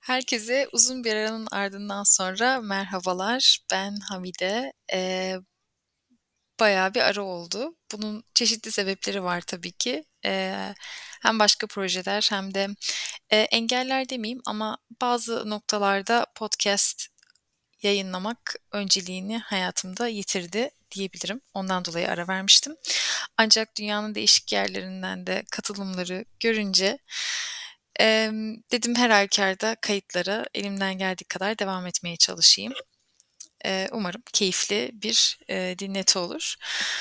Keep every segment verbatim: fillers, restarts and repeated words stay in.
Herkese uzun bir aranın ardından sonra merhabalar. Ben Hamide. Eee, bayağı bir ara oldu. Bunun çeşitli sebepleri var tabii ki. Eee, hem başka projeler hem de eee, engeller demeyeyim ama bazı noktalarda podcast yayınlamak önceliğini hayatımda yitirdi diyebilirim. Ondan dolayı ara vermiştim. Ancak dünyanın değişik yerlerinden de katılımları görünce emm, dedim her halükarda kayıtlara elimden geldiği kadar devam etmeye çalışayım. Eee, umarım keyifli bir, eee, dinleti olur.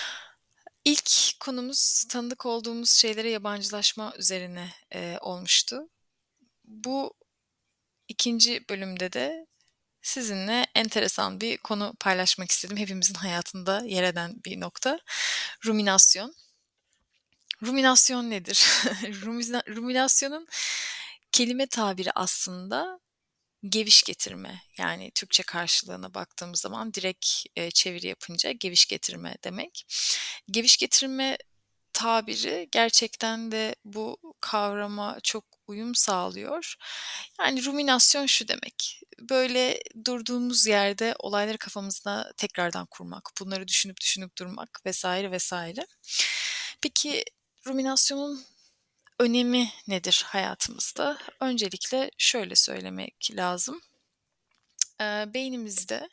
İlk konumuz tanıdık olduğumuz şeylere yabancılaşma üzerine, eee, olmuştu. Bu ikinci bölümde de sizinle enteresan bir konu paylaşmak istedim. Hepimizin hayatında yer eden bir nokta. Ruminasyon. Ruminasyon nedir? Rumina ruminasyonun kelime tabiri aslında geviş getirme. Yani Türkçe karşılığına baktığımız zaman direkt, eee, çeviri yapınca geviş getirme demek. Geviş getirme tabiri gerçekten de bu kavrama çok uyum sağlıyor. Yani ruminasyon şu demek, böyle durduğumuz yerde olayları kafamızda tekrardan kurmak, bunları düşünüp düşünüp durmak vesaire vesaire. Peki ruminasyonun önemi nedir hayatımızda? Öncelikle şöyle söylemek lazım. Eee, beynimizde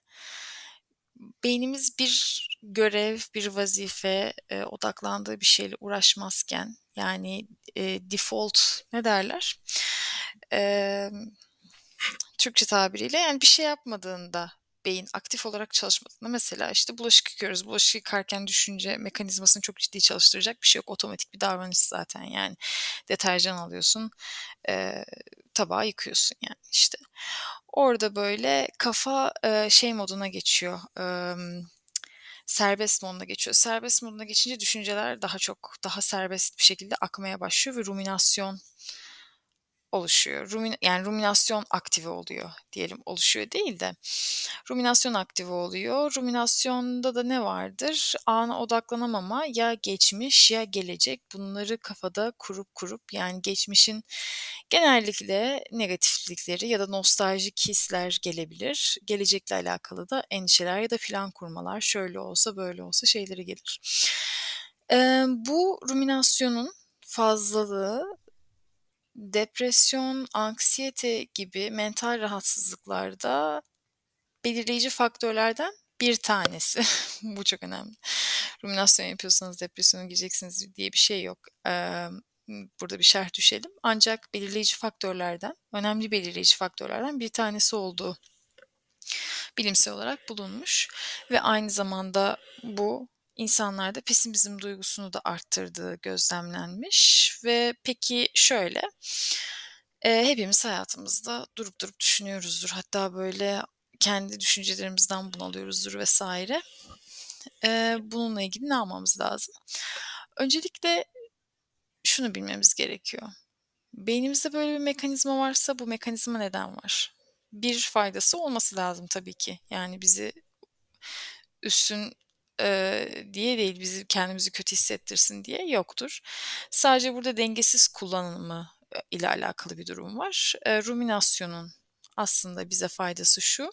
beynimiz bir görev, bir vazife, eee, odaklandığı bir şeyle uğraşmazken, yani, eee, default ne derler? Emm, Türkçe tabiriyle, yani, bir şey yapmadığında, beyin aktif olarak çalışmadığında, mesela, işte, bulaşık yıkıyoruz. Bulaşık yıkarken düşünce mekanizmasını çok ciddi çalıştıracak bir şey yok. Otomatik bir davranış zaten, yani. Deterjan alıyorsun, eee, tabağı yıkıyorsun, yani, işte. Orada, böyle, kafa, eee, şey moduna geçiyor, emm, serbest moduna geçiyor. Serbest moduna geçince düşünceler daha çok, daha serbest bir şekilde akmaya başlıyor ve ruminasyon oluşuyor. Rumin yani ruminasyon aktive oluyor diyelim, oluşuyor değil de. Ruminasyon aktive oluyor. Ruminasyonda da ne vardır? Ana odaklanamama, ya geçmiş ya gelecek. Bunları kafada kurup kurup, yani geçmişin genellikle negatiflikleri ya da nostaljik hisler gelebilir. Gelecekle alakalı da endişeler ya da plan kurmalar, şöyle olsa böyle olsa şeyleri gelir. Eee, bu ruminasyonun fazlalığı depresyon, anksiyete gibi mental rahatsızlıklarda belirleyici faktörlerden bir tanesi. Bu çok önemli. Ruminasyon yapıyorsanız depresyona gireceksiniz diye bir şey yok. Emm, burada bir şerh düşelim. Ancak belirleyici faktörlerden, önemli belirleyici faktörlerden bir tanesi olduğu bilimsel olarak bulunmuş ve aynı zamanda bu insanlarda pesimizm duygusunu da arttırdığı gözlemlenmiş ve peki şöyle, eee, hepimiz hayatımızda durup durup düşünüyoruzdur. Hatta böyle kendi düşüncelerimizden bunalıyoruzdur vesaire. Eee, bununla ilgili ne yapmamız lazım? Öncelikle şunu bilmemiz gerekiyor. Beynimizde böyle bir mekanizma varsa bu mekanizma neden var? Bir faydası olması lazım tabii ki. Yani bizi üstün, eee, diye değil, bizi kendimizi kötü hissettirsin diye yoktur. Sadece burada dengesiz kullanımı, eee, ile alakalı bir durum var. Eee, ruminasyonun aslında bize faydası şu: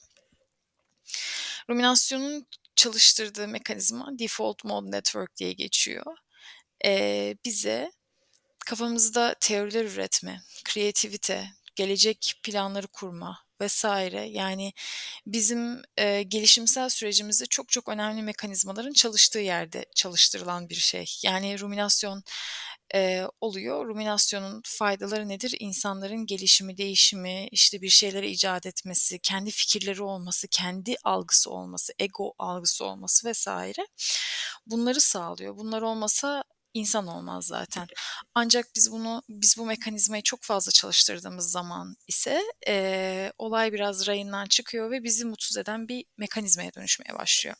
ruminasyonun çalıştırdığı mekanizma default mode network diye geçiyor. Eee, bize kafamızda teoriler üretme, kreativite, gelecek planları kurma vesaire, yani bizim, eee, gelişimsel sürecimizde çok çok önemli mekanizmaların çalıştığı yerde çalıştırılan bir şey. Yani ruminasyon, eee, oluyor. Ruminasyonun faydaları nedir? İnsanların gelişimi, değişimi, işte, bir şeyleri icat etmesi, kendi fikirleri olması, kendi algısı olması, ego algısı olması vesaire bunları sağlıyor. Bunlar olmasa insan olmaz zaten. Ancak biz bunu biz bu mekanizmayı çok fazla çalıştırdığımız zaman ise, eee, olay biraz rayından çıkıyor ve bizi mutsuz eden bir mekanizmaya dönüşmeye başlıyor.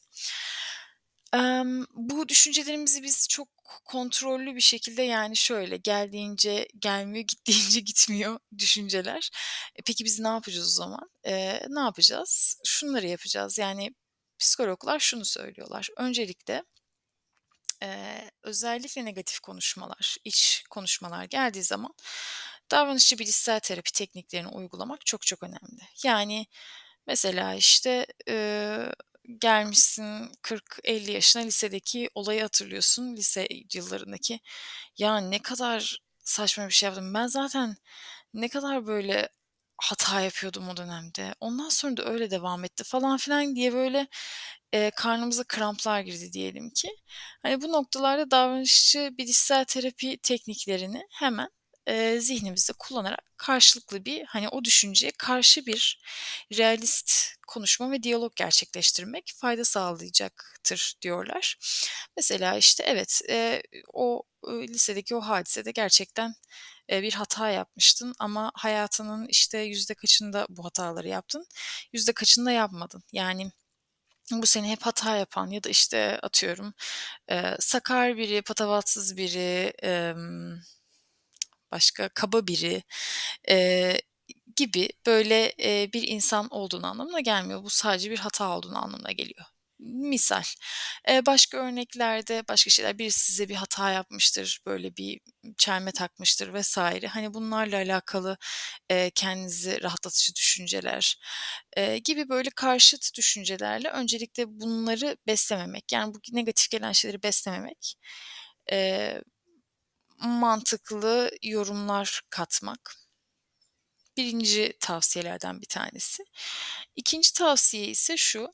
Emm, bu düşüncelerimizi biz çok kontrollü bir şekilde, yani şöyle, geldiğince gelmiyor, gittiğince gitmiyor düşünceler. E, peki biz ne yapacağız o zaman? Eee, ne yapacağız? Şunları yapacağız, yani psikologlar şunu söylüyorlar. Öncelikle Eee, özellikle negatif konuşmalar, iç konuşmalar geldiği zaman davranışçı bilişsel terapi tekniklerini uygulamak çok çok önemli. Yani, mesela, işte, eee, gelmişsin kırk elli yaşına, lisedeki olayı hatırlıyorsun, lise yıllarındaki. "Ya, ne kadar saçma bir şey yaptım. Ben zaten ne kadar böyle hata yapıyordum o dönemde. Ondan sonra da öyle devam etti." falan filan diye böyle, eee, karnımıza kramplar girdi diyelim ki. Hani, bu noktalarda davranışçı bilişsel terapi tekniklerini hemen, eee, zihnimizde kullanarak karşılıklı bir, hani, o düşünceye karşı bir realist konuşma ve diyalog gerçekleştirmek fayda sağlayacaktır diyorlar. Mesela, işte, evet, eee, o, ııı, lisedeki o hadisede gerçekten, eee, bir hata yapmıştın ama hayatının, işte, yüzde kaçında bu hataları yaptın, yüzde kaçında yapmadın? Yani, bu seni hep hata yapan ya da, işte, atıyorum, eee, sakar biri, patavatsız biri, emm, başka kaba biri, eee, gibi böyle, eee, bir insan olduğun anlamına gelmiyor. Bu sadece bir hata olduğunu anlamına geliyor. Misal, eee, başka örneklerde başka şeyler, birisi size bir hata yapmıştır, böyle bir çelme takmıştır vesaire. Hani, bunlarla alakalı, eee, kendinizi rahatlatıcı düşünceler, eee, gibi böyle karşıt düşüncelerle öncelikle bunları beslememek, yani bu negatif gelen şeyleri beslememek, eee, mantıklı yorumlar katmak birinci tavsiyelerden bir tanesi. ikinci tavsiye ise şu: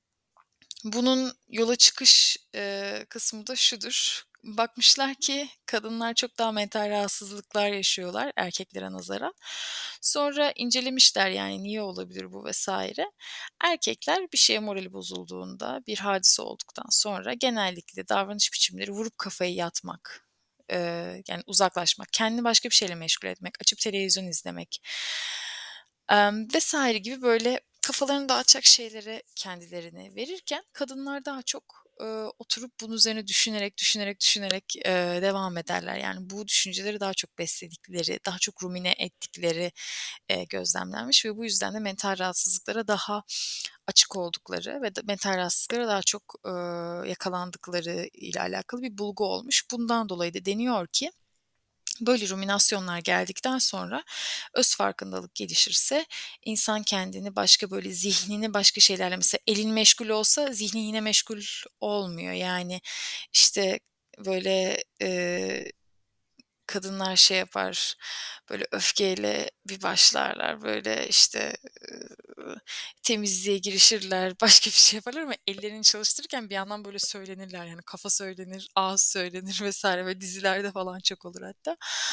Bunun yola çıkış, eee, kısmı da şudur: Bakmışlar ki kadınlar çok daha mental rahatsızlıklar yaşıyorlar erkeklere nazaran. Sonra incelemişler, yani, niye olabilir bu vesaire. Erkekler bir şeye morali bozulduğunda, bir hadise olduktan sonra genellikle davranış biçimleri vurup kafayı yatmak, eee, yani uzaklaşmak, kendini başka bir şeyle meşgul etmek, açıp televizyon izlemek, emm, vesaire gibi böyle kafalarını dağıtacak şeylere kendilerini verirken kadınlar daha çok, ııı, oturup bunun üzerine düşünerek, düşünerek, düşünerek, eee, devam ederler. Yani bu düşünceleri daha çok besledikleri, daha çok rumine ettikleri, eee, gözlemlenmiş ve bu yüzden de mental rahatsızlıklara daha açık oldukları ve de mental rahatsızlıklara daha çok, ııı, yakalandıkları ile alakalı bir bulgu olmuş. Bundan dolayı da deniyor ki böyle ruminasyonlar geldikten sonra öz farkındalık gelişirse insan kendini başka, böyle, zihnini başka şeylerle mesela elin meşgul olsa zihnin yine meşgul olmuyor. Yani, işte, böyle, eee, kadınlar şey yapar, böyle, öfkeyle bir başlarlar, böyle, işte, ııı, temizliğe girişirler, başka bir şey yaparlar ama ellerini çalıştırırken bir yandan böyle söylenirler, yani kafa söylenir, ağız söylenir vesaire böyle dizilerde falan çok olur hatta.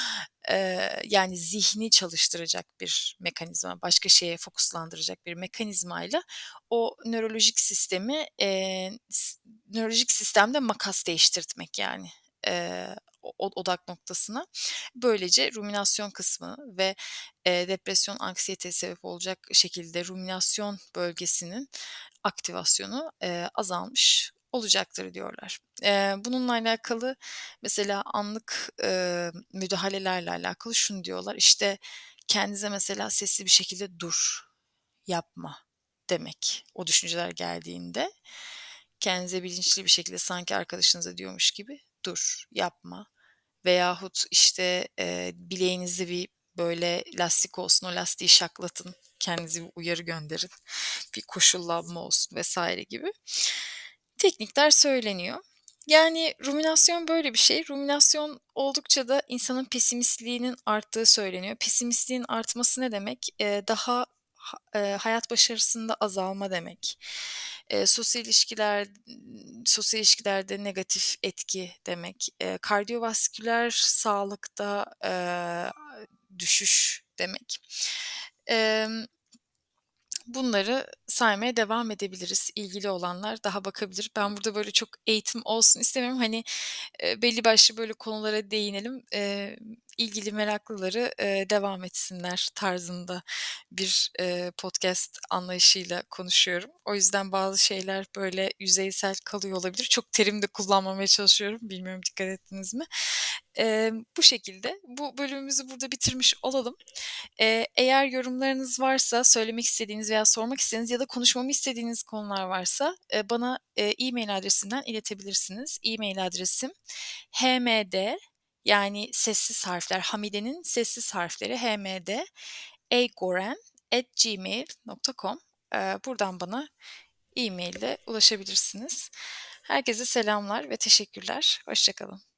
Eee, yani zihni çalıştıracak bir mekanizma, başka şeye fokuslandıracak bir mekanizmayla o nörolojik sistemi, eee, s nörolojik sistemde makas değiştirtmek yani, eee, o odak noktasına. Böylece ruminasyon kısmı ve, eee, depresyon, anksiyeteye sebep olacak şekilde ruminasyon bölgesinin aktivasyonu, eee, azalmış olacaktır diyorlar. Eee, bununla alakalı mesela anlık, eee, müdahalelerle alakalı şunu diyorlar: İşte, kendinize mesela sesli bir şekilde "Dur, yapma." demek o düşünceler geldiğinde. Kendinize bilinçli bir şekilde sanki arkadaşınıza diyormuş gibi "Dur, yapma." veyahut, işte, eee, bileğinizde bir, böyle, lastik olsun, o lastiği şaklatın, kendinize bir uyarı gönderin, bir koşullanma olsun vesaire gibi teknikler söyleniyor. Yani ruminasyon böyle bir şey. Ruminasyon oldukça da insanın pesimistliğinin arttığı söyleniyor. Pesimistliğin artması ne demek? Eee, daha ha eee, hayat başarısında azalma demek. Eee, sosyal ilişkiler sosyal ilişkilerde negatif etki demek. Eee, kardiyovasküler sağlıkta, eee, düşüş demek. Emm, bunları saymaya devam edebiliriz. İlgili olanlar daha bakabilir. Ben burada böyle çok eğitim olsun istemiyorum. Hani, eee, belli başlı böyle konulara değinelim, eee, ilgili meraklıları, eee, devam etsinler tarzında bir, eee, podcast anlayışıyla konuşuyorum. O yüzden bazı şeyler böyle yüzeysel kalıyor olabilir. Çok terim de kullanmamaya çalışıyorum. Bilmiyorum dikkat ettiniz mi? Emm, bu şekilde. Bu bölümümüzü burada bitirmiş olalım. Eee, eğer yorumlarınız varsa, söylemek istediğiniz veya sormak istediğiniz ya da konuşmamı istediğiniz konular varsa, eee, bana, eee, e-mail adresimden iletebilirsiniz. E-mail adresim h m d Yani sessiz harfler, Hamide'nin sessiz harfleri H M D, eygoren at gmail nokta com. Eee, buradan bana e-mail'le ulaşabilirsiniz. Herkese selamlar ve teşekkürler. Hoşça kalın.